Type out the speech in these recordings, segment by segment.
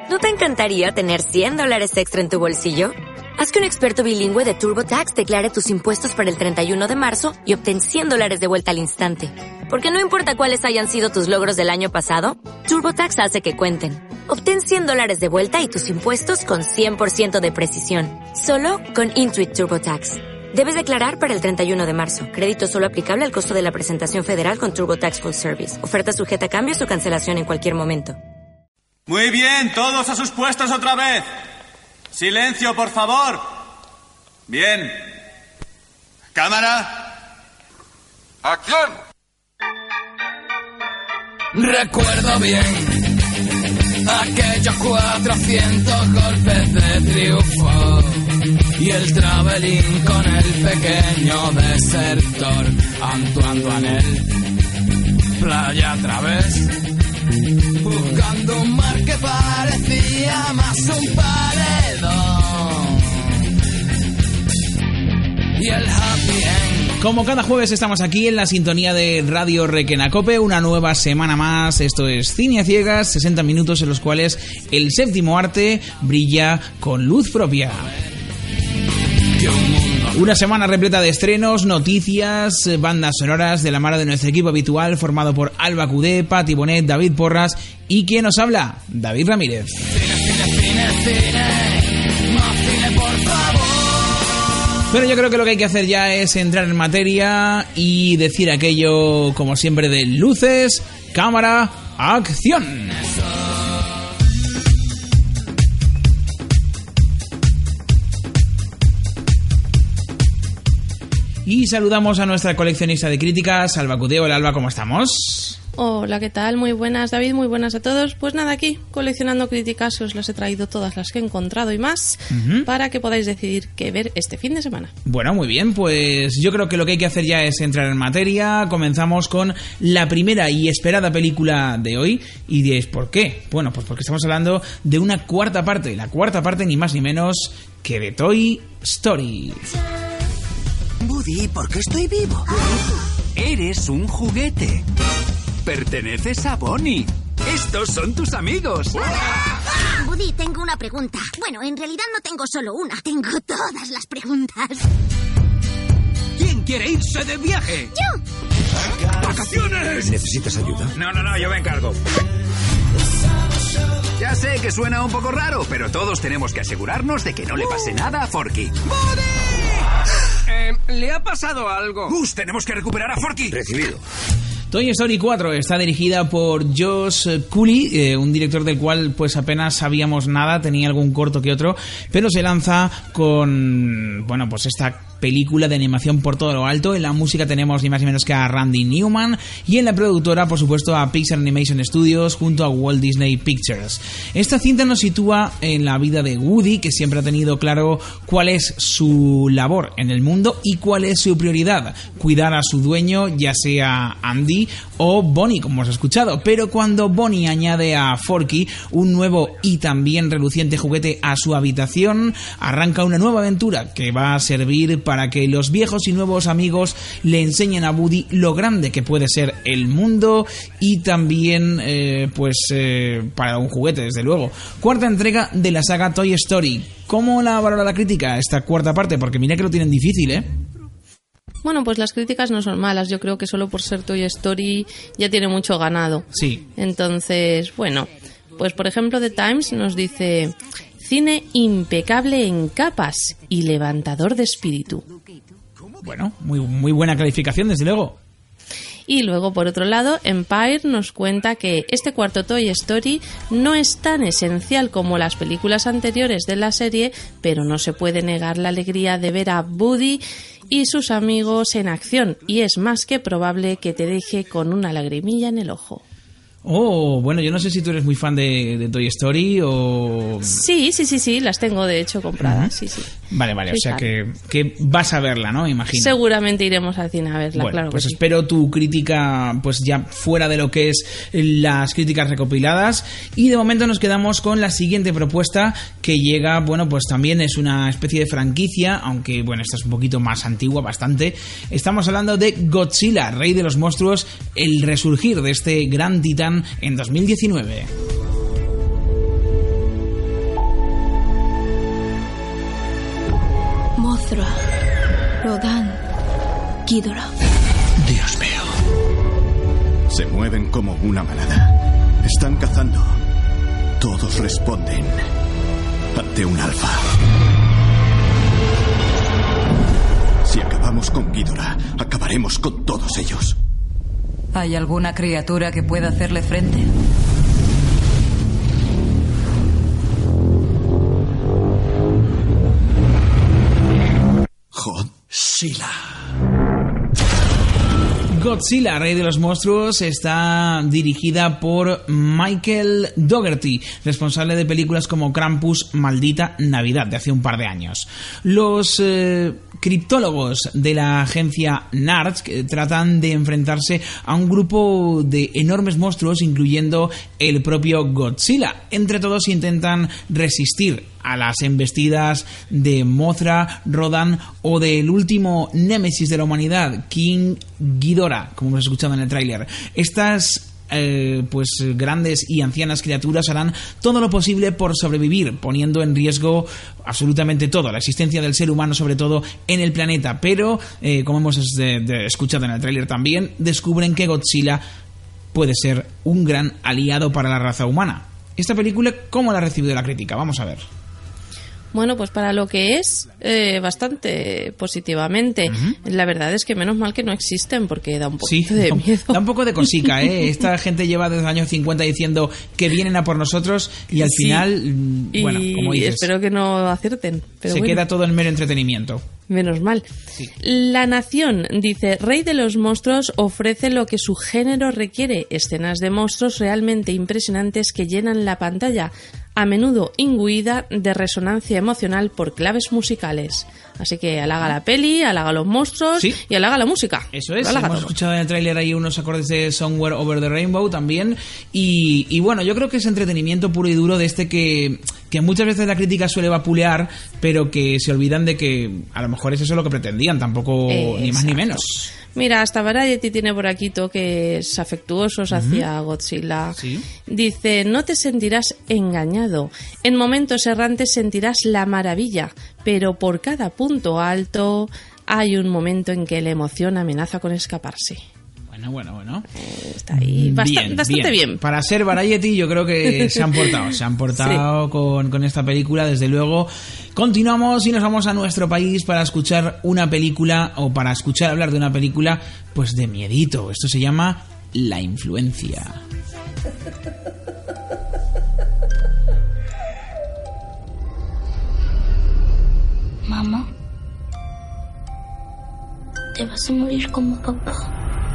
¿No te encantaría tener $100 extra en tu bolsillo? Haz que un experto bilingüe de TurboTax declare tus impuestos para el 31 de marzo y obtén $100 de vuelta al instante. Porque no importa cuáles hayan sido tus logros del año pasado, TurboTax hace que cuenten. Obtén $100 de vuelta y tus impuestos con 100% de precisión. Solo con Intuit TurboTax. Debes declarar para el 31 de marzo. Crédito solo aplicable al costo de la presentación federal con TurboTax Full Service. Oferta sujeta a cambios o cancelación en cualquier momento. Muy bien, todos a sus puestos otra vez. Silencio, por favor. Bien. Cámara. ¡Acción! Recuerdo bien aquellos 400 golpes de triunfo y el travelín con el pequeño desertor Antoine Duanel. Playa a través, buscando un mar que parecía más un paredón. Y el happy end. Como cada jueves estamos aquí en la sintonía de Radio Requena Cope, una nueva semana más. Esto es Cine a Ciegas, 60 minutos en los cuales el séptimo arte brilla con luz propia. Una semana repleta de estrenos, noticias, bandas sonoras de la mano de nuestro equipo habitual formado por Alba Cudé, Pati Bonet, David Porras y ¿quién nos habla? David Ramírez. Pero yo creo que lo que hay que hacer ya es entrar en materia y decir aquello, como siempre, de luces, cámara, acción. Y saludamos a nuestra coleccionista de críticas, Alba Cudé. Hola, Alba, ¿cómo estamos? Hola, ¿qué tal? Muy buenas, David, muy buenas a todos. Pues nada, aquí, coleccionando críticas, os las he traído todas las que he encontrado y más, para que podáis decidir qué ver este fin de semana. Bueno, muy bien, pues yo creo que lo que hay que hacer ya es entrar en materia. Comenzamos con la primera y esperada película de hoy. Y diréis, ¿por qué? Bueno, pues porque estamos hablando de una cuarta parte. La cuarta parte ni más ni menos que de Toy Story. Woody, ¿por qué estoy vivo? Eres un juguete. Perteneces a Bonnie. Estos son tus amigos. Woody, tengo una pregunta. Bueno, en realidad no tengo solo una. Tengo todas las preguntas. ¿Quién quiere irse de viaje? ¡Yo! ¡Vacaciones! ¿Necesitas ayuda? No, yo me encargo. Ya sé que suena un poco raro, pero todos tenemos que asegurarnos de que no le pase nada a Forky. ¡Bonnie! ¿Le ha pasado algo? Gus, tenemos que recuperar a Forky. Recibido. Toy Story 4 está dirigida por Josh Cooley, un director del cual pues apenas sabíamos nada, tenía algún corto que otro, pero se lanza con, bueno, pues esta película de animación por todo lo alto. En la música tenemos ni más ni menos que a Randy Newman y en la productora, por supuesto, a Pixar Animation Studios junto a Walt Disney Pictures. Esta cinta nos sitúa en la vida de Woody, que siempre ha tenido claro cuál es su labor en el mundo y cuál es su prioridad: cuidar a su dueño, ya sea Andy o Bonnie, como hemos escuchado. Pero cuando Bonnie añade a Forky, un nuevo y también reluciente juguete, a su habitación, arranca una nueva aventura que va a servir para que los viejos y nuevos amigos le enseñen a Woody lo grande que puede ser el mundo y también para un juguete, desde luego. Cuarta entrega de la saga Toy Story. ¿Cómo la valora la crítica esta cuarta parte? Porque mira que lo tienen difícil, ¿eh? Bueno, pues las críticas no son malas. Yo creo que solo por ser Toy Story ya tiene mucho ganado. Sí. Entonces, bueno, pues por ejemplo The Times nos dice: cine impecable en capas y levantador de espíritu. Bueno, muy buena calificación, desde luego. Y luego, por otro lado, Empire nos cuenta que este cuarto Toy Story no es tan esencial como las películas anteriores de la serie, pero no se puede negar la alegría de ver a Woody y sus amigos en acción, y es más que probable que te deje con una lagrimilla en el ojo. Oh, bueno, yo no sé si tú eres muy fan de Toy Story o... Sí, las tengo de hecho compradas, sí. Vale, o sea que vas a verla, ¿no? Imagino. Seguramente iremos al cine a verla, bueno, claro. Pues que espero tu crítica, pues ya fuera de lo que es las críticas recopiladas. Y de momento nos quedamos con la siguiente propuesta que llega, bueno, pues también es una especie de franquicia, aunque bueno, esta es un poquito más antigua, bastante. Estamos hablando de Godzilla, rey de los monstruos, el resurgir de este gran titán en 2019. Mothra, Rodan, Ghidorah. Dios mío. Se mueven como una manada. Están cazando. Todos responden ante un alfa. Si acabamos con Ghidorah, acabaremos con todos ellos. ¿Hay alguna criatura que pueda hacerle frente? Godzilla, Rey de los Monstruos, está dirigida por Michael Dougherty, responsable de películas como Krampus, Maldita Navidad, de hace un par de años. Los criptólogos de la agencia NARC tratan de enfrentarse a un grupo de enormes monstruos, incluyendo el propio Godzilla. Entre todos intentan resistir a las embestidas de Mothra, Rodan o del último némesis de la humanidad, King Ghidorah, como hemos escuchado en el tráiler. Estas grandes y ancianas criaturas harán todo lo posible por sobrevivir, poniendo en riesgo absolutamente todo, la existencia del ser humano, sobre todo en el planeta. Pero, como hemos escuchado en el tráiler también, descubren que Godzilla puede ser un gran aliado para la raza humana. Esta película, ¿cómo la ha recibido la crítica? Vamos a ver. Bueno, pues para lo que es, bastante positivamente. La verdad es que menos mal que no existen, porque da un poquito de miedo. Da un poco de cosica, ¿eh? Esta gente lleva desde los años 50 diciendo que vienen a por nosotros y al final, bueno, como dices, espero que no acierten. Pero se queda todo en mero entretenimiento. Menos mal. Sí. La Nación dice: Rey de los Monstruos ofrece lo que su género requiere, escenas de monstruos realmente impresionantes que llenan la pantalla, a menudo imbuida de resonancia emocional por claves musicales. Así que halaga la peli, halaga los monstruos y halaga la música. Eso es, hemos escuchado en el tráiler ahí unos acordes de Somewhere Over the Rainbow también. Y bueno, yo creo que es entretenimiento puro y duro de este que muchas veces la crítica suele vapulear, pero que se olvidan de que a lo mejor es eso lo que pretendían, tampoco ni más ni menos. Mira, hasta Variety tiene por aquí toques afectuosos hacia Godzilla. ¿Sí? Dice: no te sentirás engañado. En momentos errantes sentirás la maravilla, pero por cada punto alto hay un momento en que la emoción amenaza con escaparse. Bueno. Está ahí bastante bien. Para ser Variety yo creo que se han portado sí. con esta película, desde luego. Continuamos y nos vamos a nuestro país para escuchar una película, o para escuchar hablar de una película pues de miedito. Esto se llama La Influencia. Mamá, te vas a morir como papá.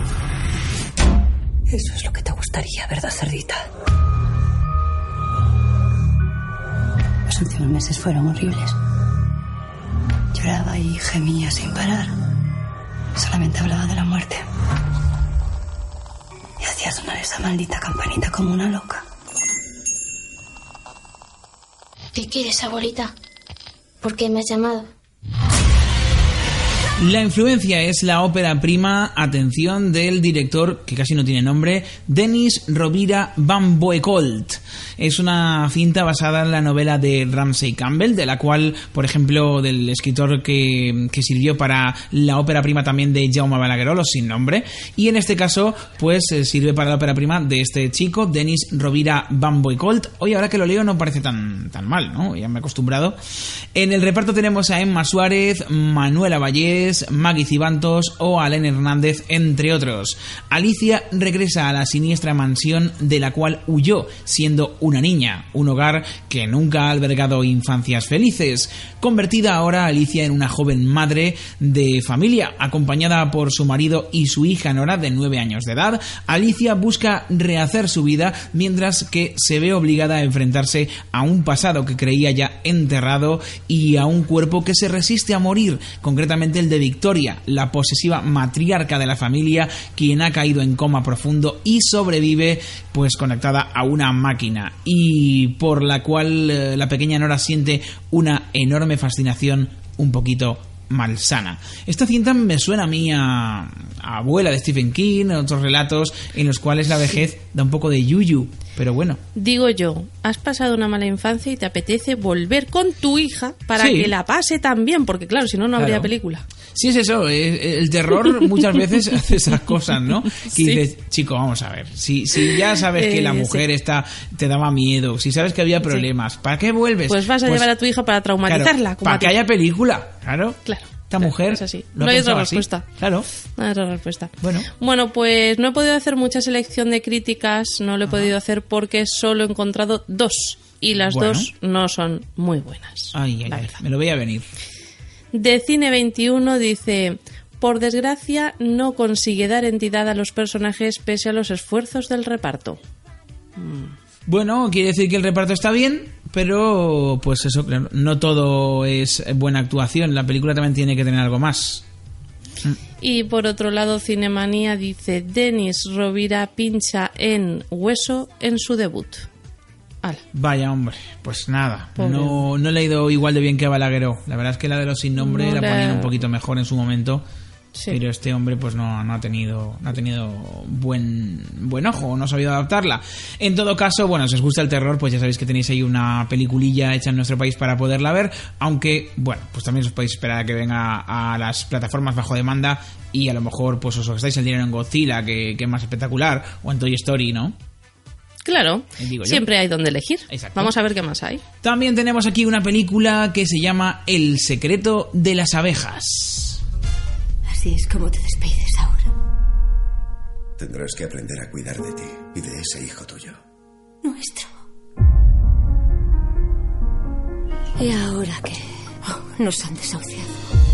Eso es lo que te gustaría, ¿verdad, cerdita? Los últimos meses fueron horribles. Lloraba y gemía sin parar. Solamente hablaba de la muerte. Y hacía sonar esa maldita campanita como una loca. ¿Qué quieres, abuelita? ¿Por qué me has llamado? La Influencia es la ópera prima, atención, del director, que casi no tiene nombre, Denis Rovira Van Boekolt. Es una cinta basada en la novela de Ramsey Campbell, de la cual, por ejemplo, del escritor que sirvió para la ópera prima también de Jaume Balagueró, Los Sin Nombre, y en este caso, pues sirve para la ópera prima de este chico, Denis Rovira Van Boekolt. Oye, ahora que lo leo no parece tan mal, ¿no? Ya me he acostumbrado. En el reparto tenemos a Emma Suárez, Manuela Vallés, Maggie Cibantos o Alén Hernández, entre otros. Alicia regresa a la siniestra mansión de la cual huyó siendo una niña, un hogar que nunca ha albergado infancias felices. Convertida ahora Alicia en una joven madre de familia, acompañada por su marido y su hija Nora, de 9 años de edad, Alicia busca rehacer su vida, mientras que se ve obligada a enfrentarse a un pasado que creía ya enterrado y a un cuerpo que se resiste a morir, concretamente el de Victoria, la posesiva matriarca de la familia, quien ha caído en coma profundo y sobrevive pues conectada a una máquina, y por la cual la pequeña Nora siente una enorme fascinación un poquito malsana. Esta cinta me suena a mí a Abuela de Stephen King, otros relatos en los cuales la vejez da un poco de yuyu, pero bueno. Digo yo, has pasado una mala infancia y te apetece volver con tu hija para que la pase también, porque claro, si no, no habría película. Sí, es eso, el terror muchas veces hace esas cosas, ¿no? Que dices, chico, vamos a ver, si ya sabes que la mujer te daba miedo, si sabes que había problemas, ¿para qué vuelves? Pues vas a llevar a tu hija para traumatizarla. Claro, para que haya película, claro. Esta mujer es así. no hay otra respuesta. Claro. No hay otra respuesta. Bueno, pues no he podido hacer mucha selección de críticas, no lo he podido hacer porque solo he encontrado 2 y las 2 no son muy buenas. Ay, me lo veía venir. De Cine 21 dice: por desgracia no consigue dar entidad a los personajes pese a los esfuerzos del reparto. Bueno, quiere decir que el reparto está bien, pero pues eso, claro, no todo es buena actuación, la película también tiene que tener algo más. Y por otro lado, Cinemanía dice: Denis Rovira pincha en Hueso en su debut. Ala. Vaya hombre, pues nada, no le ha ido igual de bien que a Balagueró. La verdad es que la de Los sin nombre la ponían un poquito mejor en su momento. Sí. Pero este hombre pues no ha tenido buen ojo, no ha sabido adaptarla. En todo caso, bueno, si os gusta el terror, pues ya sabéis que tenéis ahí una peliculilla hecha en nuestro país para poderla ver, aunque, bueno, pues también os podéis esperar a que venga a las plataformas bajo demanda y a lo mejor pues os gastáis el dinero en Godzilla, que es más espectacular, o en Toy Story, ¿no? Claro, siempre hay donde elegir. Exacto. Vamos a ver qué más hay. También tenemos aquí una película que se llama El secreto de las abejas. Así es como te despides ahora. Tendrás que aprender a cuidar de ti y de ese hijo tuyo. Nuestro. ¿Y ahora qué? Nos han desahuciado.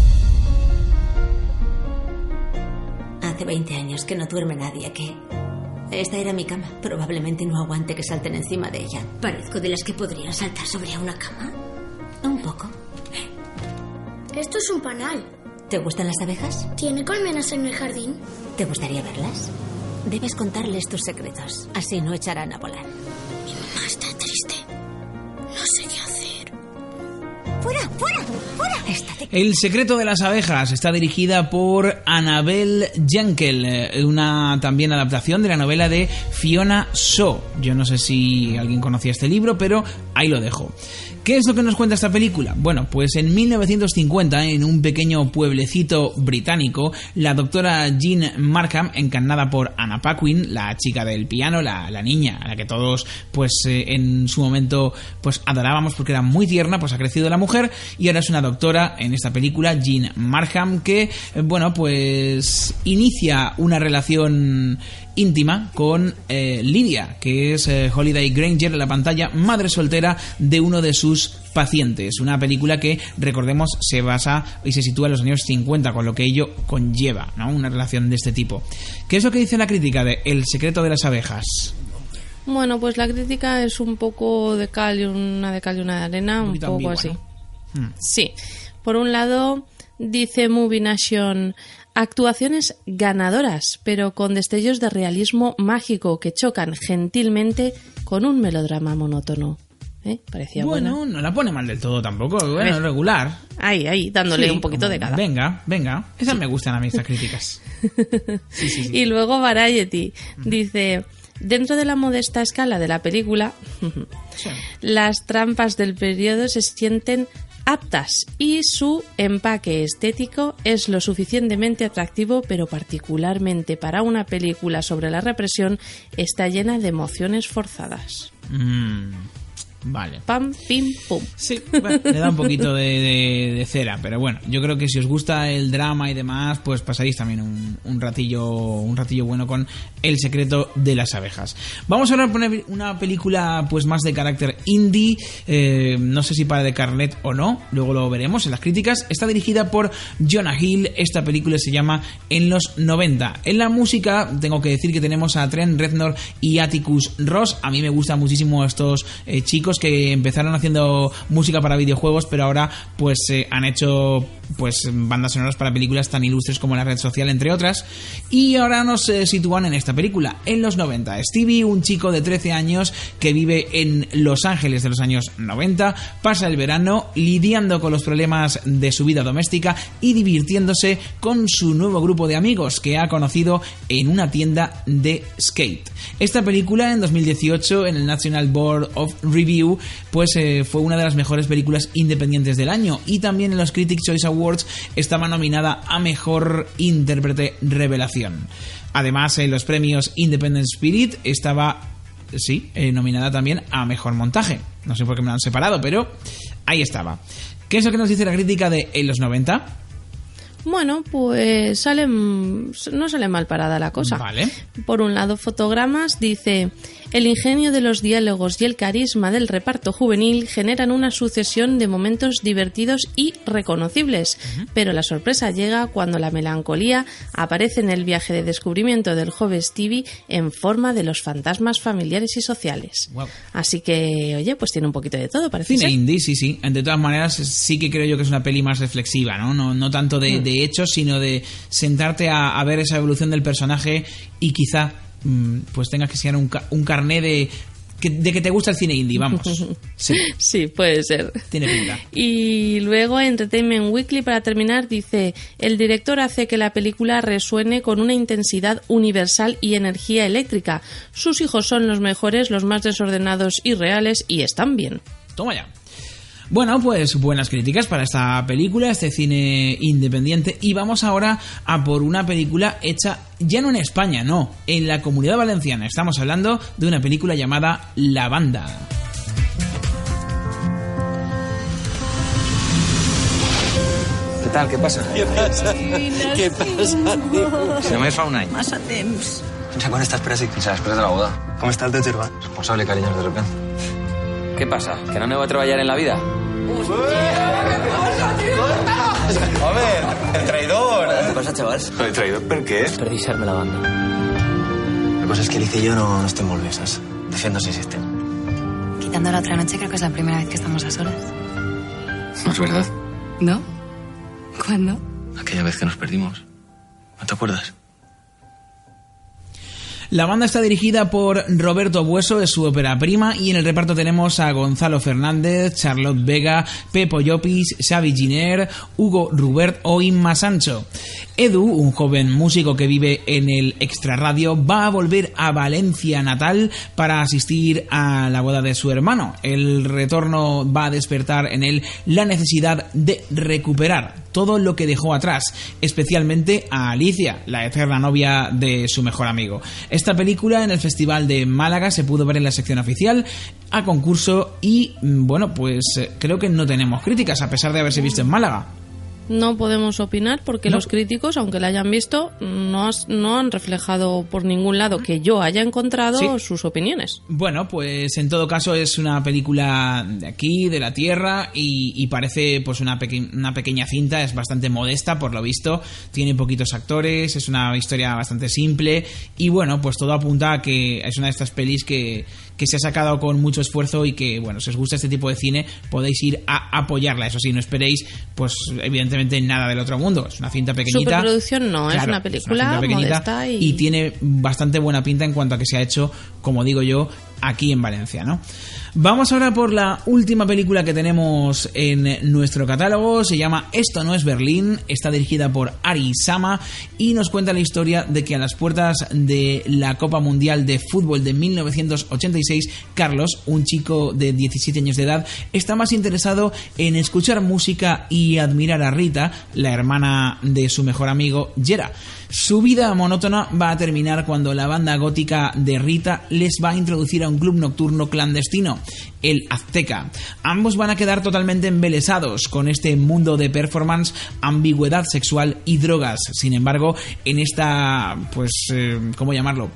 Hace 20 años que no duerme nadie aquí. Esta era mi cama. Probablemente no aguante que salten encima de ella. ¿Parezco de las que podrían saltar sobre una cama? Un poco. Esto es un panal. ¿Te gustan las abejas? ¿Tiene colmenas en el jardín? ¿Te gustaría verlas? Debes contarles tus secretos. Así no echarán a volar. Mi mamá está triste. No sé qué hacer. ¡Fuera, fuera, fuera! El secreto de las abejas está dirigida por Annabel Jankel, una también adaptación de la novela de Fiona Shaw. Yo no sé si alguien conocía este libro, pero ahí lo dejo. ¿Qué es lo que nos cuenta esta película? Bueno, pues en 1950, en un pequeño pueblecito británico, la doctora Jean Markham, encarnada por Anna Paquin, la chica del piano, la niña a la que todos pues en su momento pues adorábamos porque era muy tierna, pues ha crecido la mujer y ahora es una doctora en esta película, Jean Markham, que bueno, pues inicia una relación íntima con Lydia, que es Holiday Granger en la pantalla, madre soltera de uno de sus pacientes. Una película que, recordemos, se basa y se sitúa en los años 50, con lo que ello conlleva, ¿no? Una relación de este tipo. ¿Qué es lo que dice la crítica de El secreto de las abejas? Bueno, pues la crítica es un poco de cal y una de arena, un poco ambigua, así. ¿No? Sí. Por un lado, dice Movie Nation: actuaciones ganadoras, pero con destellos de realismo mágico que chocan gentilmente con un melodrama monótono. Parecía buena. Bueno, no la pone mal del todo tampoco. Bueno, regular. Ahí, dándole un poquito de cada. Venga. Esas me gustan a mí, estas críticas. Sí. Y luego Variety dice: dentro de la modesta escala de la película, las trampas del periodo se sienten aptas y su empaque estético es lo suficientemente atractivo, pero particularmente para una película sobre la represión está llena de emociones forzadas. Vale. Pam, pim, pum. Sí, bueno, le da un poquito de cera, pero bueno, yo creo que si os gusta el drama y demás, pues pasaréis también un ratillo bueno con El secreto de las abejas. Vamos ahora a poner una película pues más de carácter indie, no sé si para de carnet o no, luego lo veremos en las críticas. Está dirigida por Jonah Hill, esta película se llama En los 90. En la música tengo que decir que tenemos a Trent Reznor y Atticus Ross. A mí me gustan muchísimo estos chicos, chicos que empezaron haciendo música para videojuegos, pero ahora pues han hecho pues bandas sonoras para películas tan ilustres como La Red Social, entre otras. Y ahora nos sitúan en esta película, en los 90. Stevie, un chico de 13 años que vive en Los Ángeles de los años 90, pasa el verano lidiando con los problemas de su vida doméstica y divirtiéndose con su nuevo grupo de amigos que ha conocido en una tienda de skate. Esta película en 2018 en el National Board of Review pues fue una de las mejores películas independientes del año, y también en los Critics' Choice Awards estaba nominada a Mejor Intérprete Revelación. Además, en los premios Independent Spirit estaba nominada también a Mejor Montaje. No sé por qué me lo han separado, pero ahí estaba. ¿Qué es lo que nos dice la crítica de En los 90? Bueno, pues no sale mal parada la cosa. Vale. Por un lado, Fotogramas dice: el ingenio de los diálogos y el carisma del reparto juvenil generan una sucesión de momentos divertidos y reconocibles, pero la sorpresa llega cuando la melancolía aparece en el viaje de descubrimiento del joven Stevie en forma de los fantasmas familiares y sociales. Wow. Así que, oye, pues tiene un poquito de todo, parece Cine ser. indie, sí. De todas maneras, sí que creo yo que es una peli más reflexiva, ¿no? No tanto de hechos, sino de sentarte a ver esa evolución del personaje, y quizá pues tengas que ser un carné de que te gusta el cine indie, vamos. Sí, puede ser. Tiene pinta. Y luego Entertainment Weekly, para terminar, dice: el director hace que la película resuene con una intensidad universal y energía eléctrica. Sus hijos son los mejores, los más desordenados y reales, y están bien. Toma ya. Bueno, pues buenas críticas para esta película, este cine independiente. Y vamos ahora a por una película hecha ya no en España, no, en la Comunidad Valenciana. Estamos hablando de una película llamada La Banda. ¿Qué tal? ¿Qué pasa? ¿Qué pasa? ¿Qué pasa, tío? Se me fa un any. Massa temps. O sea, quan estàs pressa? Fins després de la boda. Com està el teu germà? Responsable, cariños, de repente. ¿Qué pasa? ¿Que no aneu a treballar en la vida? A ver, el traidor. ¿Qué pasa, chavals? ¿El traidor per què? Per deixar-me la banda. La cosa es que Alicia y yo no estem molt bé, ¿sabes? Defiéndose si estem. Quitando la otra noche, creo que es la primera vez que estamos a solas. No es verdad. ¿No? ¿Cuándo? Aquella vez que nos perdimos. ¿No te acuerdas? La Banda está dirigida por Roberto Bueso, es su ópera prima, y en el reparto tenemos a Gonzalo Fernández, Charlotte Vega, Pepo Llopis, Xavi Giner, Hugo Rubert o Inma Sancho. Edu, un joven músico que vive en el extrarradio, va a volver a Valencia natal para asistir a la boda de su hermano. El retorno va a despertar en él la necesidad de recuperar todo lo que dejó atrás, especialmente a Alicia, la eterna novia de su mejor amigo. Esta película en el Festival de Málaga se pudo ver en la sección oficial a concurso y, bueno, pues creo que no tenemos críticas a pesar de haberse visto en Málaga. No podemos opinar porque los críticos, aunque la hayan visto, no han reflejado por ningún lado que yo haya encontrado sus opiniones. Bueno, pues en todo caso es una película de aquí, de la tierra, y parece pues una pequeña cinta, es bastante modesta por lo visto, tiene poquitos actores, es una historia bastante simple y bueno, pues todo apunta a que es una de estas pelis que se ha sacado con mucho esfuerzo y que, bueno, si os gusta este tipo de cine podéis ir a apoyarla. Eso sí, no esperéis, pues evidentemente nada del otro mundo, es una cinta pequeñita. Superproducción no, claro, es una película modesta y tiene bastante buena pinta en cuanto a que se ha hecho, como digo yo, aquí en Valencia, ¿no? Vamos ahora por la última película que tenemos en nuestro catálogo. Se llama Esto no es Berlín, está dirigida por Ari Sama y nos cuenta la historia de que a las puertas de la Copa Mundial de Fútbol de 1986, Carlos, un chico de 17 años de edad, está más interesado en escuchar música y admirar a Rita, la hermana de su mejor amigo Yera. Su vida monótona va a terminar cuando la banda gótica de Rita les va a introducir a un club nocturno clandestino, el Azteca. Ambos van a quedar totalmente embelesados con este mundo de performance, ambigüedad sexual y drogas. Sin embargo, en esta, pues, ¿cómo llamarlo?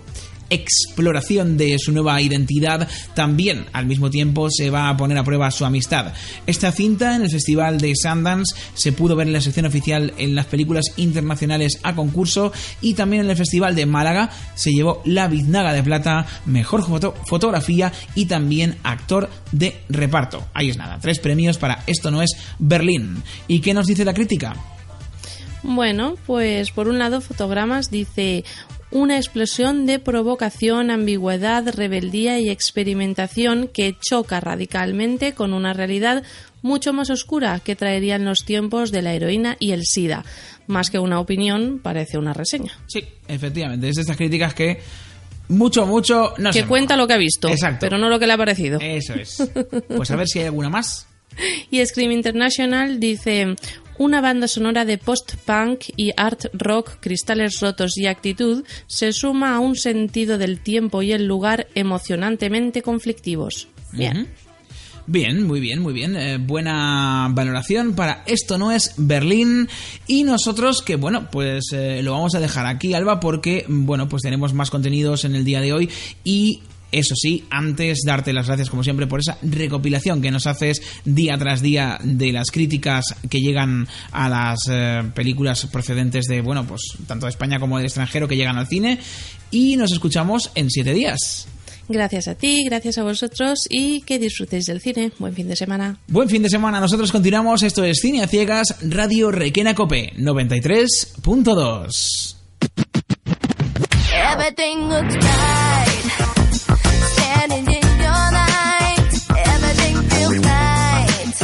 exploración de su nueva identidad, también al mismo tiempo se va a poner a prueba su amistad. Esta cinta en el Festival de Sundance se pudo ver en la sección oficial en las películas internacionales a concurso, y también en el Festival de Málaga se llevó la Biznaga de Plata, mejor fotografía y también actor de reparto. Ahí es nada, 3 premios para Esto no es Berlín. ¿Y qué nos dice la crítica? Bueno, pues por un lado Fotogramas dice: una explosión de provocación, ambigüedad, rebeldía y experimentación que choca radicalmente con una realidad mucho más oscura que traerían los tiempos de la heroína y el SIDA. Más que una opinión, parece una reseña. Sí, efectivamente, es de estas críticas que mucho no que se cuenta lo que ha visto, exacto, pero no lo que le ha parecido. Eso es. Pues a ver si hay alguna más. Y Scream International dice: una banda sonora de post-punk y art rock, cristales rotos y actitud se suma a un sentido del tiempo y el lugar emocionantemente conflictivos. Bien. Uh-huh. Bien, muy bien. Buena valoración para Esto no es Berlín. Y nosotros, que bueno, pues lo vamos a dejar aquí, Alba, porque bueno, pues tenemos más contenidos en el día de hoy. Y eso sí, antes darte las gracias como siempre por esa recopilación que nos haces día tras día de las críticas que llegan a las películas procedentes de, bueno, pues tanto de España como del extranjero que llegan al cine. Y nos escuchamos en 7 días. Gracias a ti, gracias a vosotros y que disfrutéis del cine. Buen fin de semana. Buen fin de semana. Nosotros continuamos. Esto es Cine a Ciegas, Radio Requena Cope 93.2. Everything looks right. Standing in your light. Everything feels right.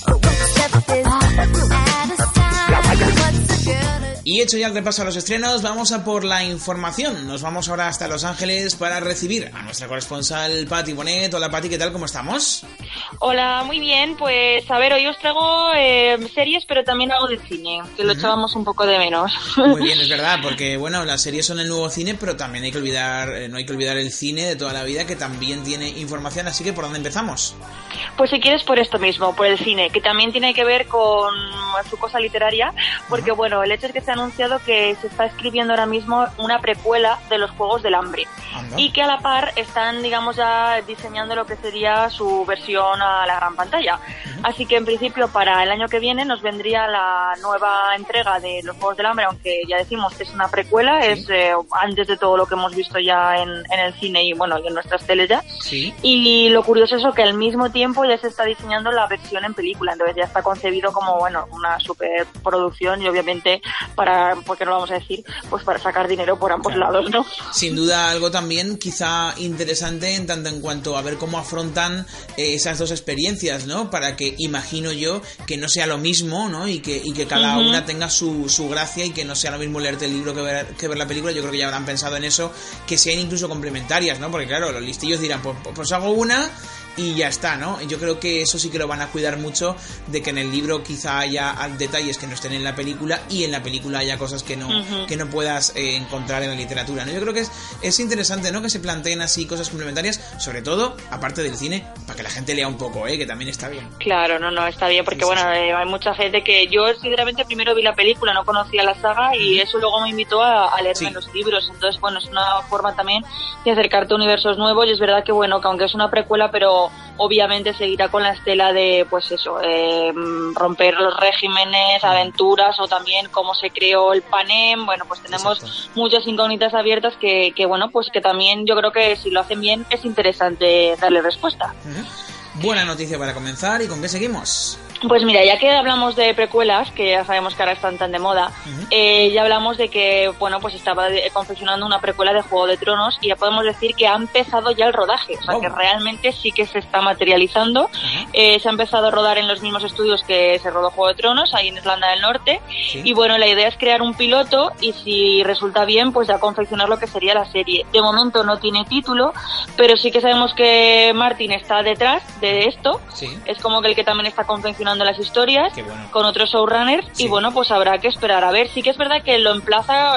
Except this out of sight. What's the good? Y hecho ya el repaso a los estrenos, vamos a por la información. Nos vamos ahora hasta Los Ángeles para recibir a nuestra corresponsal Pati Bonet. Hola Pati, ¿qué tal? ¿Cómo estamos? Hola, muy bien. Pues a ver, hoy os traigo series, pero también algo de cine, que lo echábamos un poco de menos. Muy bien, es verdad, porque bueno, las series son el nuevo cine, pero también hay que olvidar, no hay que olvidar el cine de toda la vida, que también tiene información. Así que ¿por dónde empezamos? Pues si quieres por esto mismo, por el cine, que también tiene que ver con su cosa literaria, porque bueno, el hecho es que se ha anunciado que se está escribiendo ahora mismo una precuela de los Juegos del Hambre. Anda. Y que a la par están, digamos, ya diseñando lo que sería su versión a la gran pantalla. Así que en principio para el año que viene nos vendría la nueva entrega de los Juegos del Hambre, aunque ya decimos que es una precuela, sí. Es antes de todo lo que hemos visto ya en el cine y bueno, y en nuestras teles ya. Sí. Y lo curioso es eso, que al mismo tiempo ya se está diseñando la versión en película, entonces ya está concebido como bueno, una superproducción y obviamente para, porque no lo vamos a decir, pues para sacar dinero por ambos lados, ¿no? Sin duda algo también quizá interesante en tanto en cuanto a ver cómo afrontan esas dos experiencias, ¿no? Para que imagino yo que no sea lo mismo, ¿no? Y que cada una tenga su gracia y que no sea lo mismo leerte el libro que ver la película. Yo creo que ya habrán pensado en eso, que sean incluso complementarias, ¿no? Porque claro, los listillos dirán, pues hago una y ya está, ¿no? Yo creo que eso sí que lo van a cuidar mucho, de que en el libro quizá haya detalles que no estén en la película y en la película haya cosas que no puedas encontrar en la literatura, ¿no? Yo creo que es interesante, ¿no? Que se planteen así cosas complementarias, sobre todo, aparte del cine, para que la gente lea un poco, que también está bien. Claro, no, está bien, porque bueno, hay mucha gente que yo sinceramente primero vi la película, no conocía la saga y eso luego me invitó a leerme los libros, entonces bueno, es una forma también de acercarte a universos nuevos y es verdad que bueno, que aunque es una precuela, pero obviamente seguirá con la estela de pues eso, romper los regímenes, aventuras o también cómo se creó el Panem. Bueno, pues tenemos muchas incógnitas abiertas que bueno, pues que también yo creo que si lo hacen bien es interesante darle respuesta. Buena noticia para comenzar. ¿Y con qué seguimos? Pues mira, ya que hablamos de precuelas, que ya sabemos que ahora están tan de moda, ya hablamos de que, bueno, pues estaba confeccionando una precuela de Juego de Tronos y ya podemos decir que ha empezado ya el rodaje, o sea que realmente sí que se está materializando. Se ha empezado a rodar en los mismos estudios que se rodó Juego de Tronos, ahí en Irlanda del Norte, y bueno, la idea es crear un piloto y si resulta bien, pues ya confeccionar lo que sería la serie. De momento no tiene título, pero sí que sabemos que Martin está detrás de esto, es como que el que también está confeccionando las historias con otros showrunners y bueno, pues habrá que esperar a ver. Sí que es verdad que lo emplaza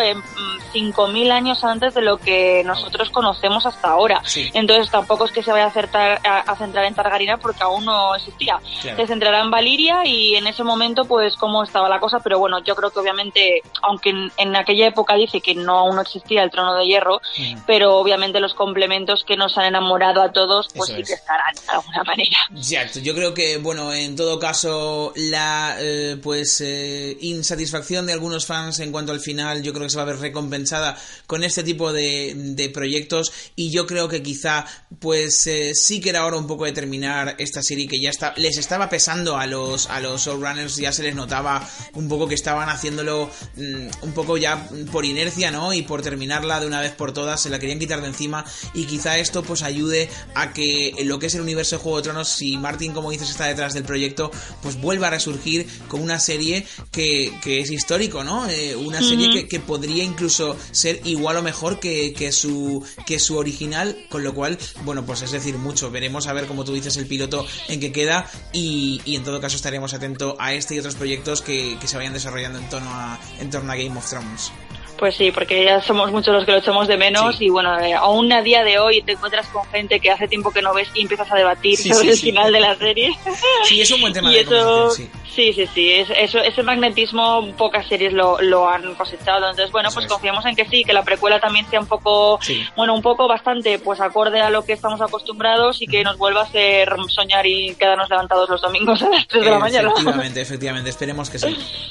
5.000 años antes de lo que nosotros conocemos hasta ahora, entonces tampoco es que se vaya a centrar en Targaryen porque aún no no existía. Claro. Se centrará en Valyria y en ese momento pues cómo estaba la cosa, pero bueno, yo creo que obviamente, aunque en aquella época dice que aún no existía el Trono de Hierro, pero obviamente los complementos que nos han enamorado a todos pues Eso sí es. que estarán de alguna manera. Exacto, yo creo que, bueno, en todo caso, la insatisfacción de algunos fans en cuanto al final, yo creo que se va a ver recompensada con este tipo de proyectos, y yo creo que quizá, pues sí que era hora un poco de terminar esta serie que ya les estaba pesando a los showrunners, ya se les notaba un poco que estaban haciéndolo un poco ya por inercia, ¿no? Y por terminarla de una vez por todas, se la querían quitar de encima, y quizá esto pues ayude a que lo que es el universo de Juego de Tronos, si Martin, como dices, está detrás del proyecto, pues vuelva a resurgir con una serie que es histórico, ¿no? Una serie que podría incluso ser igual o mejor que su original, con lo cual, bueno, pues es decir mucho. Veremos a ver, como tú dices, el piloto en qué queda, y en todo caso estaremos atentos a este y otros proyectos que se vayan desarrollando en torno a Game of Thrones. Pues sí, porque ya somos muchos los que lo echamos de menos, y bueno, aún a día de hoy te encuentras con gente que hace tiempo que no ves y empiezas a debatir sobre el final de la serie. Sí, es un buen tema y de eso, conversación, sí. Ese magnetismo pocas series lo han cosechado. Entonces, bueno, pues confiamos en que sí, que la precuela también sea un poco, un poco bastante, pues acorde a lo que estamos acostumbrados, y que nos vuelva a hacer soñar y quedarnos levantados los domingos a las 3 de la mañana. Efectivamente, esperemos que sí.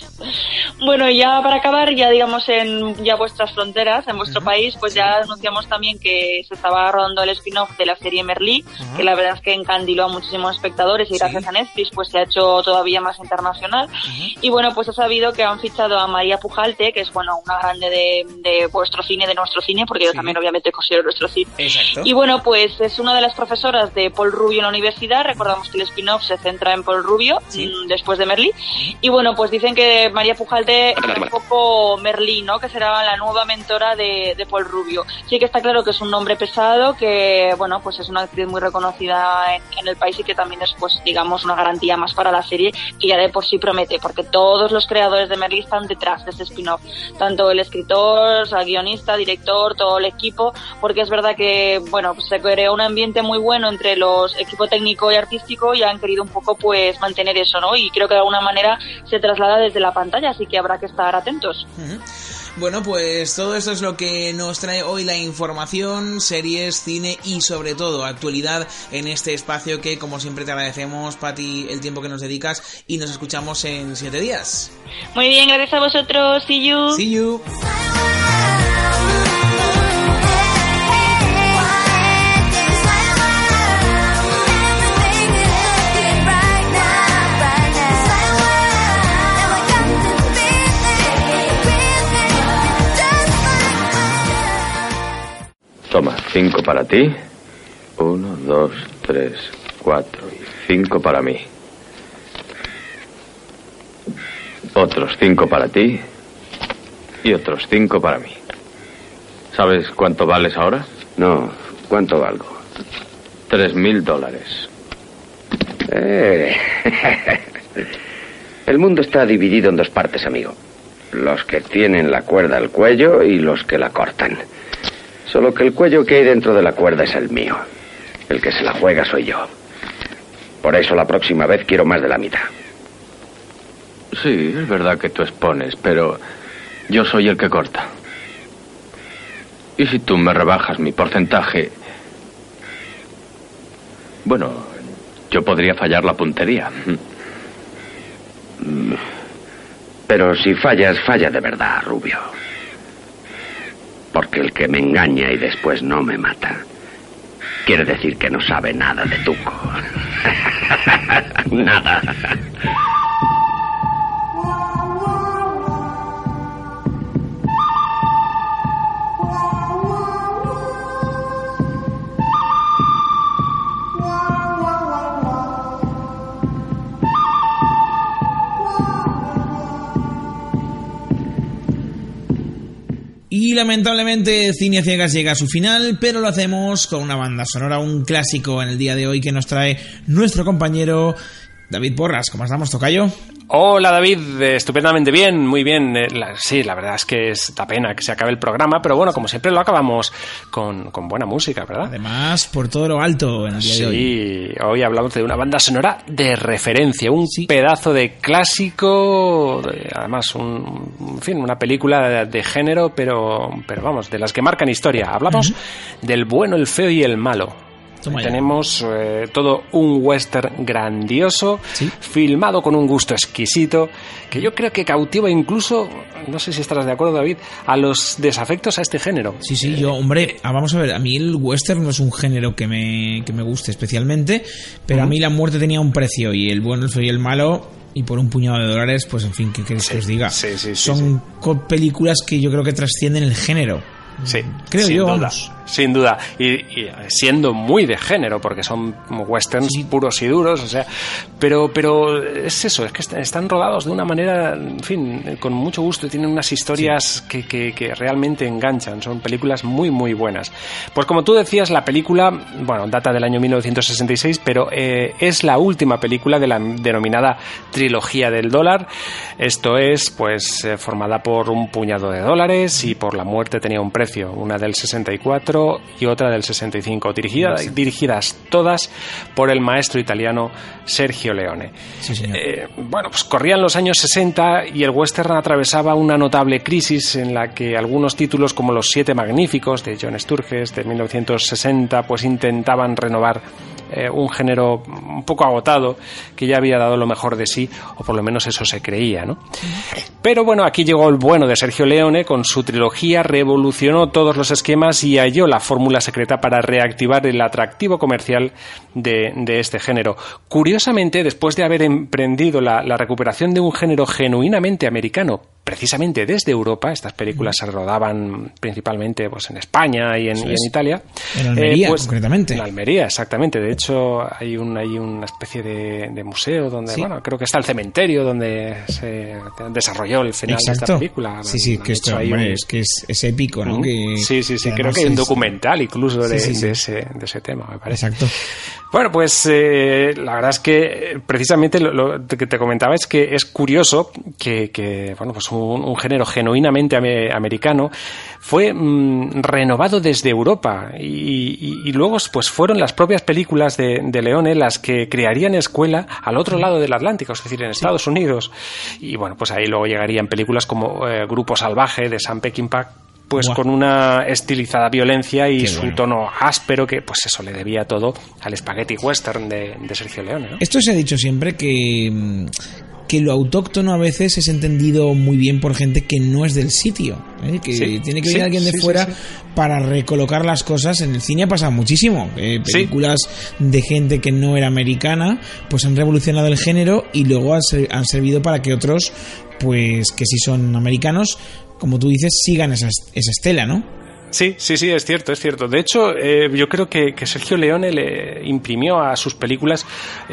Bueno, y ya para acabar, ya digamos en ya vuestras fronteras, en vuestro país, pues ya anunciamos también que se estaba rodando el spin-off de la serie Merlí, que la verdad es que encandiló a muchísimos espectadores, y gracias a Netflix pues se ha hecho todavía más internacional. Y bueno, pues he sabido que han fichado a María Pujalte, que es, bueno, una grande de vuestro cine, de nuestro cine, porque yo también obviamente considero nuestro cine. Exacto. Y bueno, pues es una de las profesoras de Paul Rubio en la universidad. Recordamos que el spin-off se centra en Paul Rubio, después de Merlí. Y bueno, pues dicen que María Pujalte es un poco Merlí, ¿no? Que será la nueva mentora de Paul Rubio. Sí que está claro que es un nombre pesado, que bueno, pues es una actriz muy reconocida en el país, y que también es, pues digamos, una garantía más para la serie, que ya de por sí promete, porque todos los creadores de Merlí están detrás de este spin-off, tanto el escritor, el guionista, director, todo el equipo, porque es verdad que, bueno, pues se creó un ambiente muy bueno entre los equipo técnico y artístico, y han querido un poco pues mantener eso, ¿no? Y creo que de alguna manera se traslada desde la pantalla, así que habrá que estar atentos. Bueno, pues todo esto es lo que nos trae hoy la información, series, cine y sobre todo actualidad en este espacio que, como siempre, te agradecemos, Pati, el tiempo que nos dedicas, y nos escuchamos en 7 días. Muy bien, gracias a vosotros. See you. See you. Toma, 5 para ti. 1, 2, 3, 4 y 5 para mí. Otros 5 para ti y otros 5 para mí. ¿Sabes cuánto vales ahora? No, ¿cuánto valgo? $3,000. El mundo está dividido en dos partes, amigo. Los que tienen la cuerda al cuello y los que la cortan. Solo que el cuello que hay dentro de la cuerda es el mío. El que se la juega soy yo. Por eso la próxima vez quiero más de la mitad. Sí, es verdad que tú expones, pero yo soy el que corta. Y si tú me rebajas mi porcentaje... Bueno, yo podría fallar la puntería. Pero si fallas, falla de verdad, Rubio. Porque el que me engaña y después no me mata, quiere decir que no sabe nada de Tuco. Nada. Y lamentablemente Cine a Ciegas llega a su final, pero lo hacemos con una banda sonora, un clásico en el día de hoy que nos trae nuestro compañero David Porras, ¿cómo estamos, tocayo? Hola David, estupendamente bien, muy bien. Sí, la verdad es que da pena que se acabe el programa, pero bueno, como siempre lo acabamos con buena música, ¿verdad? Además, por todo lo alto en el día de hoy. Sí, hoy hablamos de una banda sonora de referencia, un pedazo de clásico, además una película de género, pero vamos, de las que marcan historia. Hablamos del bueno, el feo y el malo. Tenemos todo un western grandioso, filmado con un gusto exquisito, que yo creo que cautiva incluso, no sé si estarás de acuerdo, David, a los desafectos a este género. Sí, yo, hombre, vamos a ver, a mí el western no es un género que me guste especialmente, pero a mí la muerte tenía un precio, y el bueno, el feo y el malo, y por un puñado de dólares, pues en fin, ¿qué queréis que os diga? Son películas que yo creo que trascienden el género. Sí, creo sin yo, duda, vamos. Sin duda, y siendo muy de género, porque son westerns puros y duros, o sea, pero es eso, es que están rodados de una manera, en fin, con mucho gusto, y tienen unas historias que realmente enganchan, son películas muy muy buenas. Pues como tú decías, la película, bueno, data del año 1966, pero es la última película de la denominada trilogía del dólar. Esto es, pues, formada por un puñado de dólares, y por la muerte tenía un precio, una del 64 y otra del 65, dirigidas todas por el maestro italiano Sergio Leone. Sí, señor. Bueno, pues corrían los años 60 y el western atravesaba una notable crisis en la que algunos títulos como Los Siete Magníficos de John Sturges de 1960 pues intentaban renovar un género un poco agotado que ya había dado lo mejor de sí, o por lo menos eso se creía, ¿no? Pero bueno, aquí llegó el bueno de Sergio Leone con su trilogía, revolucionó todos los esquemas y halló la fórmula secreta para reactivar el atractivo comercial de este género. Curiosamente, después de haber emprendido la recuperación de un género genuinamente americano, precisamente desde Europa, estas películas se rodaban principalmente pues en España y en Italia. En Almería, concretamente. En Almería, exactamente. De hecho, hay una especie de museo donde, bueno, creo que está el cementerio donde se desarrolló el final de esta película. Sí, que esto, hombre, es que es épico, ¿no? Sí, creo que hay un documental incluso de ese tema, me parece. Exacto. Bueno, pues la verdad es que precisamente lo que te comentaba es que es curioso que bueno, pues un género genuinamente americano fue renovado desde Europa y luego pues fueron las propias películas de Leone las que crearían escuela al otro lado del Atlántico, es decir, en Estados Unidos. Y bueno, pues ahí luego llegarían películas como Grupo Salvaje de Sam Peckinpah, pues con una estilizada violencia y su tono áspero, que pues eso le debía todo al spaghetti western de Sergio Leone, ¿no? Esto se ha dicho siempre que lo autóctono a veces es entendido muy bien por gente que no es del sitio, que tiene que venir alguien de fuera para recolocar las cosas. En el cine ha pasado muchísimo, películas de gente que no era americana pues han revolucionado el género y luego han servido para que otros, pues que sí son americanos, como tú dices, sigan esa estela, ¿no? Sí, es cierto. De hecho, yo creo que Sergio Leone le imprimió a sus películas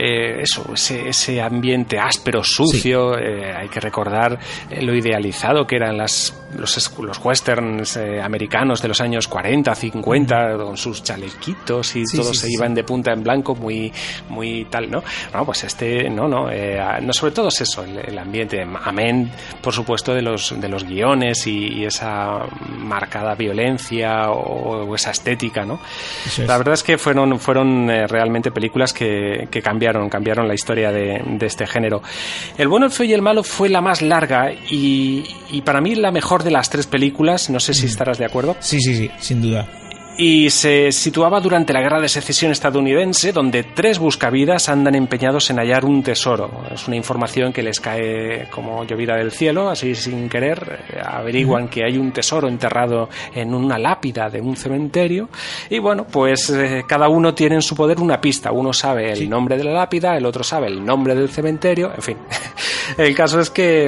ese ambiente áspero, sucio. Hay que recordar lo idealizado que eran los westerns americanos de los años 40, 50, con sus chalequitos y todos se iban de punta en blanco, muy muy tal, ¿no? No, pues no, sobre todo es eso, el ambiente, amén, por supuesto, de los guiones y esa marcada violencia o esa estética, ¿no? La verdad es que fueron realmente películas que cambiaron la historia de este género. El bueno, el feo y el malo fue la más larga y para mí la mejor de las tres películas. No sé si estarás de acuerdo. Sí, sin duda. Y se situaba durante la Guerra de Secesión estadounidense, donde 3 buscavidas andan empeñados en hallar un tesoro. Es una información que les cae como llovida del cielo, así sin querer. Averiguan que hay un tesoro enterrado en una lápida de un cementerio. Y bueno, pues cada uno tiene en su poder una pista. Uno sabe el nombre de la lápida, el otro sabe el nombre del cementerio, en fin. El caso es que,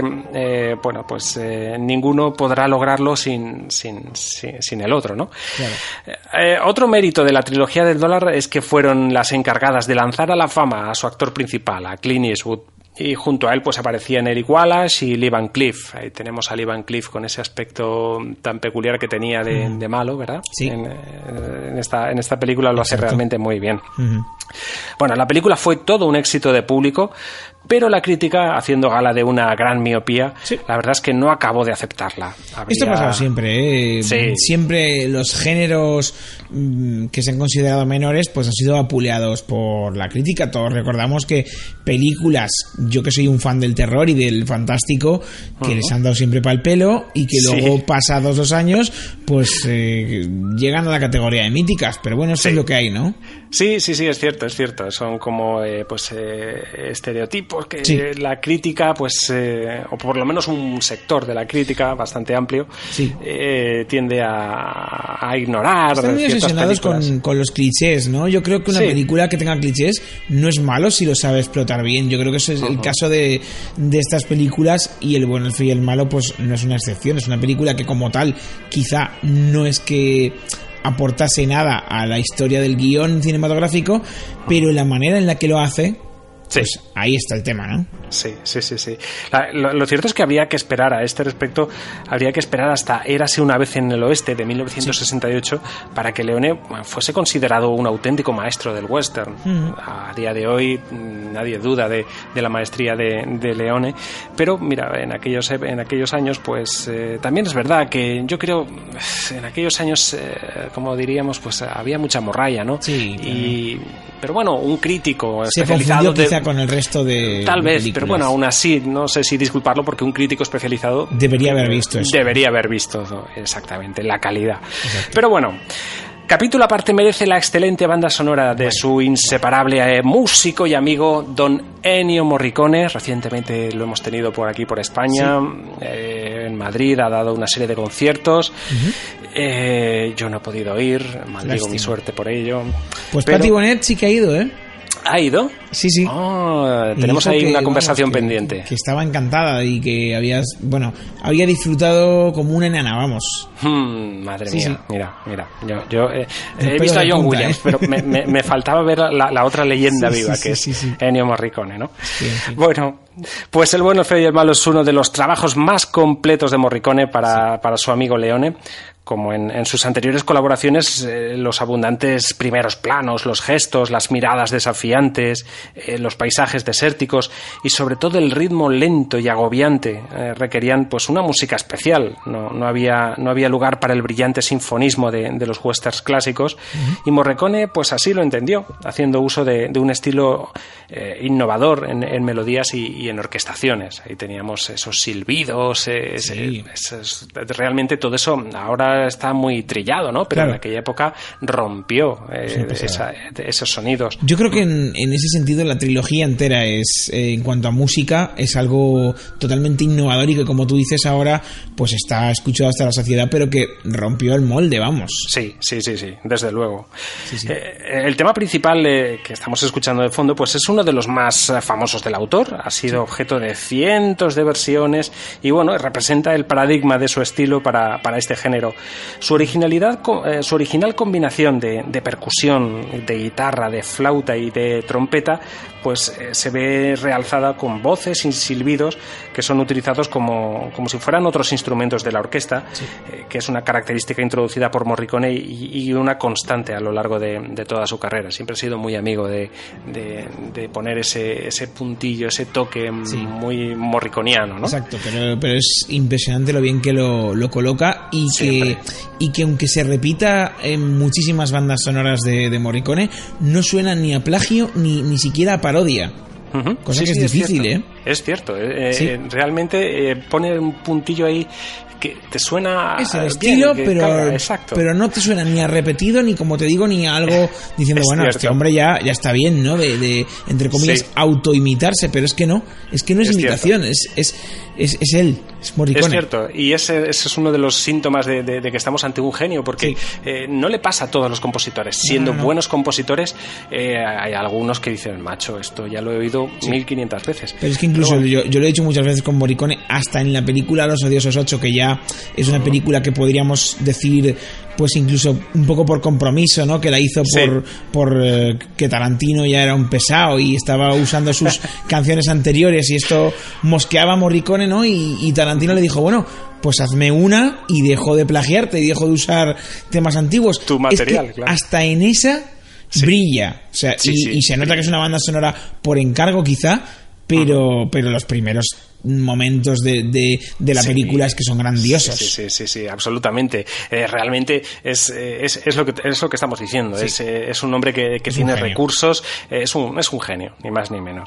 ninguno podrá lograrlo sin el otro, ¿no? Claro. Otro mérito de la trilogía del dólar es que fueron las encargadas de lanzar a la fama a su actor principal, a Clint Eastwood. y junto a él pues aparecían Eric Wallace y Lee Van Cleef. Ahí tenemos a Lee Van Cleef con ese aspecto tan peculiar que tenía de malo, ¿verdad? Sí. En esta película lo hace realmente muy bien. Uh-huh. Bueno, la película fue todo un éxito de público, pero la crítica, haciendo gala de una gran miopía, la verdad es que no acabó de aceptarla. Esto ha pasado siempre, ¿eh? Sí. Siempre los géneros que se han considerado menores pues han sido apuleados por la crítica. Todos recordamos que películas, yo que soy un fan del terror y del fantástico, que les han dado siempre pa'l pelo y que luego, pasados 2 años, pues llegan a la categoría de míticas. Pero bueno, eso es lo que hay, ¿no? Sí, es cierto. Son como estereotipos que la crítica, pues o por lo menos un sector de la crítica bastante amplio, tiende a ignorar. Están muy obsesionados con los clichés, ¿no? Yo creo que una película que tenga clichés no es malo si lo sabe explotar bien. Yo creo que ese es el caso de estas películas, y El bueno, el feo y el malo pues no es una excepción. Es una película que como tal quizá no es que aportase nada a la historia del guión cinematográfico, pero la manera en la que lo hace, pues ahí está el tema, ¿no? Sí. Lo cierto es que habría que esperar a este respecto, habría que esperar hasta Érase una vez en el oeste de 1968 para que Leone fuese considerado un auténtico maestro del western. A día de hoy nadie duda de la maestría de Leone, pero mira, en aquellos años pues también es verdad que yo creo en aquellos años como diríamos, pues había mucha morralla, ¿no? Sí. Pero bueno, un crítico especializado con el resto de tal vez, películas. pero bueno, aún así no sé si disculparlo, porque un crítico especializado debería haber visto eso. Debería haber visto exactamente la calidad. Exacto. Pero bueno, capítulo aparte merece la excelente banda sonora de su inseparable músico y amigo Don Ennio Morricone. Recientemente lo hemos tenido por aquí, por España, en Madrid, ha dado una serie de conciertos. Yo no he podido ir, maldigo mi suerte por ello. Pues Patti Bonet sí que ha ido, ¿eh? ¿Ha ido? Sí. Tenemos ahí una conversación pendiente. Que estaba encantada y que había disfrutado como una enana, vamos. Madre mía, sí. Mira. Yo he visto a John Williams, pero me faltaba ver la otra leyenda viva, que es Ennio Morricone, ¿no? Sí. Bueno, pues El bueno, el feo y el malo es uno de los trabajos más completos de Morricone para su amigo Leone. Como en sus anteriores colaboraciones, los abundantes primeros planos, los gestos, las miradas desafiantes, los paisajes desérticos y sobre todo el ritmo lento y agobiante requerían pues una música especial. No había lugar para el brillante sinfonismo de los westerns clásicos, y Morricone pues así lo entendió, haciendo uso de un estilo innovador en melodías y en orquestaciones. Ahí teníamos esos silbidos, realmente todo eso ahora está muy trillado, ¿no? Pero en aquella época rompió esos sonidos. Yo creo que en ese sentido la trilogía entera es, en cuanto a música, es algo totalmente innovador y que, como tú dices ahora, pues está escuchado hasta la saciedad, pero que rompió el molde, vamos. Sí, desde luego. Sí. El tema principal que estamos escuchando de fondo, pues es uno de los más famosos del autor, ha sido objeto de cientos de versiones y bueno, representa el paradigma de su estilo para este género. Su original combinación de percusión, de guitarra, de flauta y de trompeta, pues se ve realzada con voces y silbidos que son utilizados como si fueran otros instrumentos de la orquesta, que es una característica introducida por Morricone y una constante a lo largo de toda su carrera. Siempre ha sido muy amigo de poner ese puntillo, ese toque muy morriconiano, ¿no? Exacto, pero es impresionante lo bien que lo coloca y que aunque se repita en muchísimas bandas sonoras de Morricone, no suena ni a plagio ni siquiera a parodia. Cosa que es difícil, ¿eh? Es cierto. Realmente pone un puntillo ahí que te suena es el estilo, bien, pero no te suena ni a repetido, ni, como te digo, ni a algo diciendo, bueno, cierto. Este hombre ya está bien, ¿no? De entre comillas, autoimitarse, pero es que no es imitación, es él, es Morricone. Es cierto, y ese es uno de los síntomas de que estamos ante un genio, porque no le pasa a todos los compositores. Siendo buenos compositores, hay algunos que dicen, macho, esto ya lo he oído 1500 veces. Pero es que incluso yo lo he dicho muchas veces con Morricone, hasta en la película Los Odiosos 8, que ya es una película que podríamos decir, pues incluso un poco por compromiso, ¿no? Que la hizo por que Tarantino ya era un pesado y estaba usando sus canciones anteriores, y esto mosqueaba a Morricone, ¿no? Y Tarantino le dijo, bueno, pues hazme una, y dejó de plagiarte y dejó de usar temas antiguos. Tu material, es que claro. Hasta en esa brilla, o sea, y se nota que es una banda sonora por encargo quizá, pero los primeros momentos de la película es que son grandiosos. Sí, absolutamente. Realmente es lo que estamos diciendo. Es un hombre que tiene recursos, es un genio, ni más ni menos.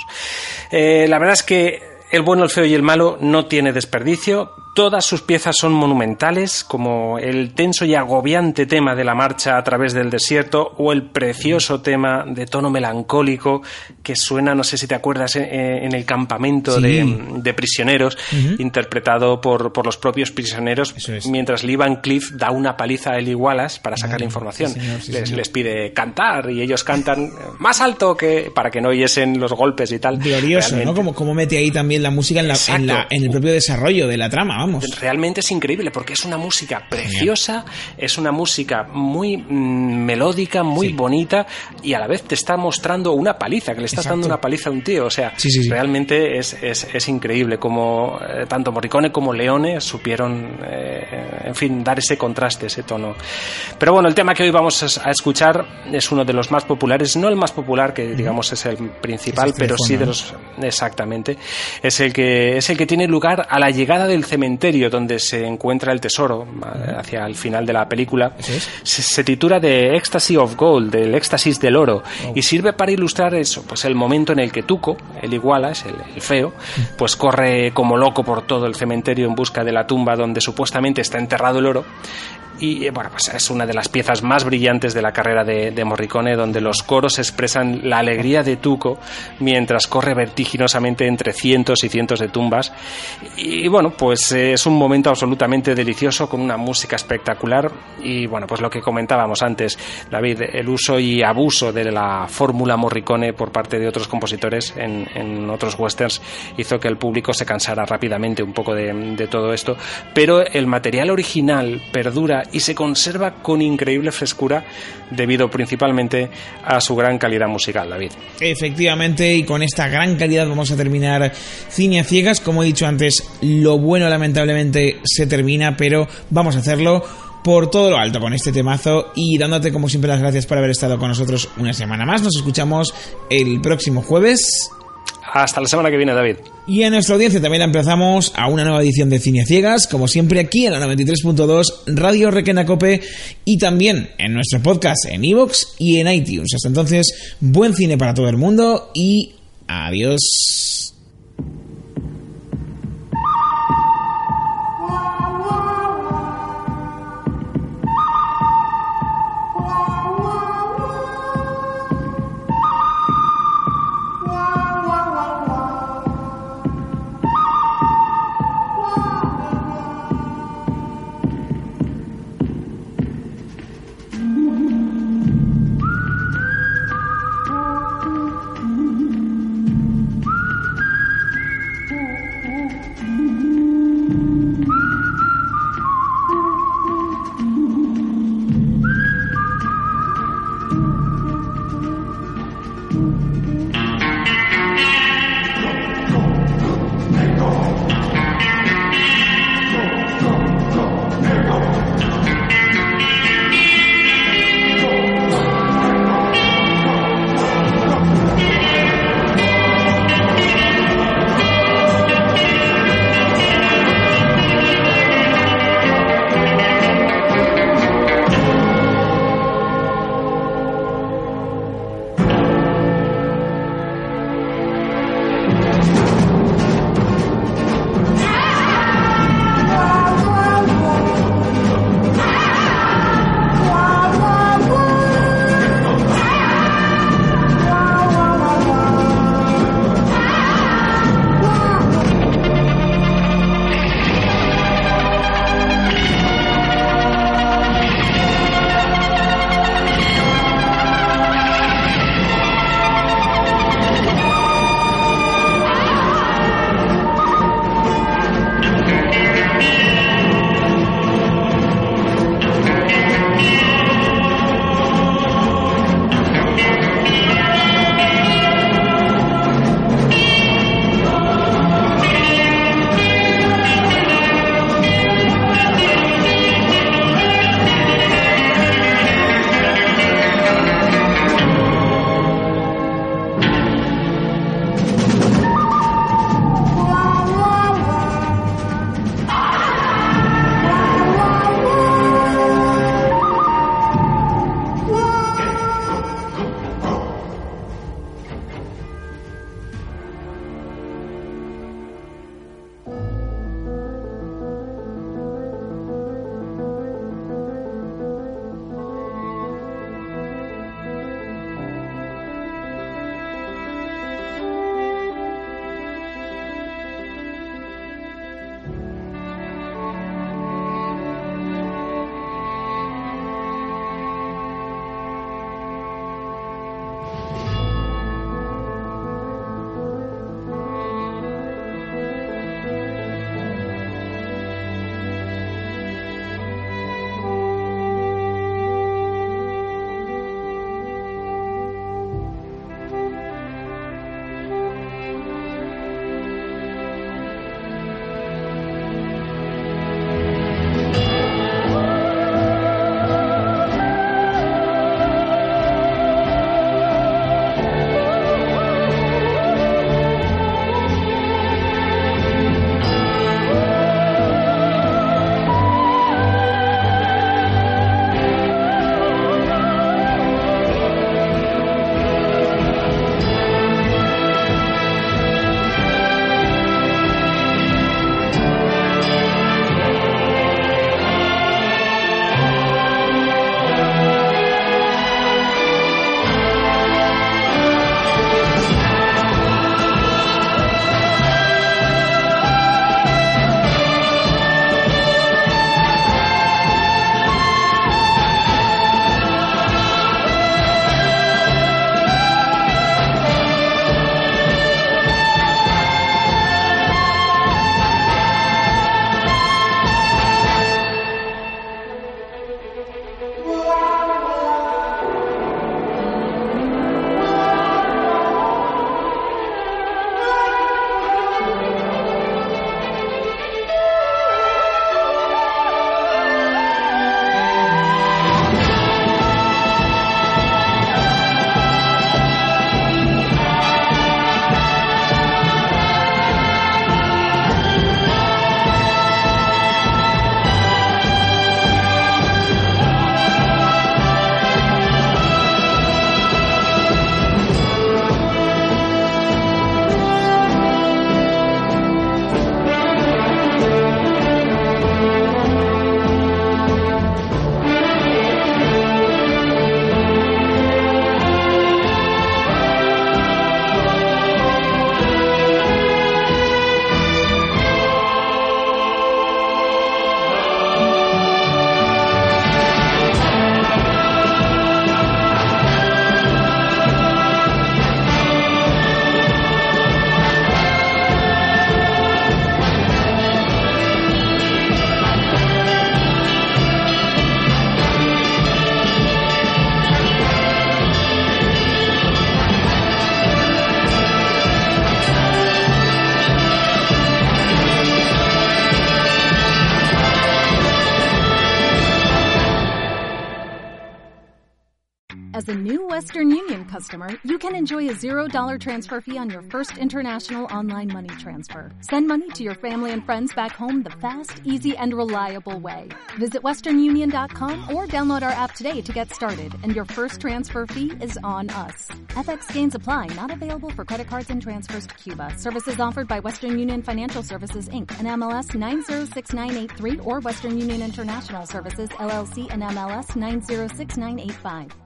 La verdad es que El bueno, el feo y el malo no tiene desperdicio. Todas sus piezas son monumentales, como el tenso y agobiante tema de la marcha a través del desierto, o el precioso tema de tono melancólico que suena, no sé si te acuerdas, en el campamento de prisioneros, interpretado por los propios prisioneros, mientras Lee Van Cleef da una paliza a Eli Wallace para sacar información. Les pide cantar, y ellos cantan más alto para que no oyesen los golpes y tal. Glorioso, realmente, ¿no? Como mete ahí también la música en el propio desarrollo de la trama, vamos. Realmente es increíble, porque es una música preciosa, es una música muy melódica, muy bonita, y a la vez te está mostrando una paliza, que le estás dando una paliza a un tío. O sea, realmente es increíble como tanto Morricone como Leone supieron, en fin, dar ese contraste, ese tono. Pero bueno, el tema que hoy vamos a escuchar es uno de los más populares, no el más popular, que digamos es el principal, pero sí de los... Exactamente. Es el que tiene lugar a la llegada del cementerio donde se encuentra el tesoro, hacia el final de la película. Se titula The Ecstasy of Gold, del éxtasis del oro, y sirve para ilustrar eso, pues el momento en el que Tuco, el Wallace, el feo, pues corre como loco por todo el cementerio en busca de la tumba donde supuestamente está enterrado el oro. Y bueno, pues es una de las piezas más brillantes de la carrera de Morricone, donde los coros expresan la alegría de Tuco mientras corre vertiginosamente entre cientos y cientos de tumbas. Y bueno, pues es un momento absolutamente delicioso, con una música espectacular. Y bueno, pues lo que comentábamos antes, David, el uso y abuso de la fórmula Morricone por parte de otros compositores en otros westerns hizo que el público se cansara rápidamente un poco de todo esto, pero el material original perdura y se conserva con increíble frescura, debido principalmente a su gran calidad musical, David. Efectivamente, y con esta gran calidad vamos a terminar Cine a Ciegas. Como he dicho antes, lo bueno lamentablemente se termina, pero vamos a hacerlo por todo lo alto con este temazo, y dándote como siempre las gracias por haber estado con nosotros una semana más. Nos escuchamos el próximo jueves. Hasta la semana que viene, David. Y a nuestra audiencia también la empezamos a una nueva edición de Cine a Ciegas, como siempre aquí en la 93.2 Radio Requena Cope, y también en nuestro podcast en iVoox y en iTunes. Hasta entonces, buen cine para todo el mundo y adiós. As a new Western Union customer, you can enjoy a $0 transfer fee on your first international online money transfer. Send money to your family and friends back home the fast, easy, and reliable way. Visit westernunion.com or download our app today to get started, and your first transfer fee is on us. FX gains apply, not available for credit cards and transfers to Cuba. Services offered by Western Union Financial Services, Inc., and MLS 906983, or Western Union International Services, LLC, and MLS 906985.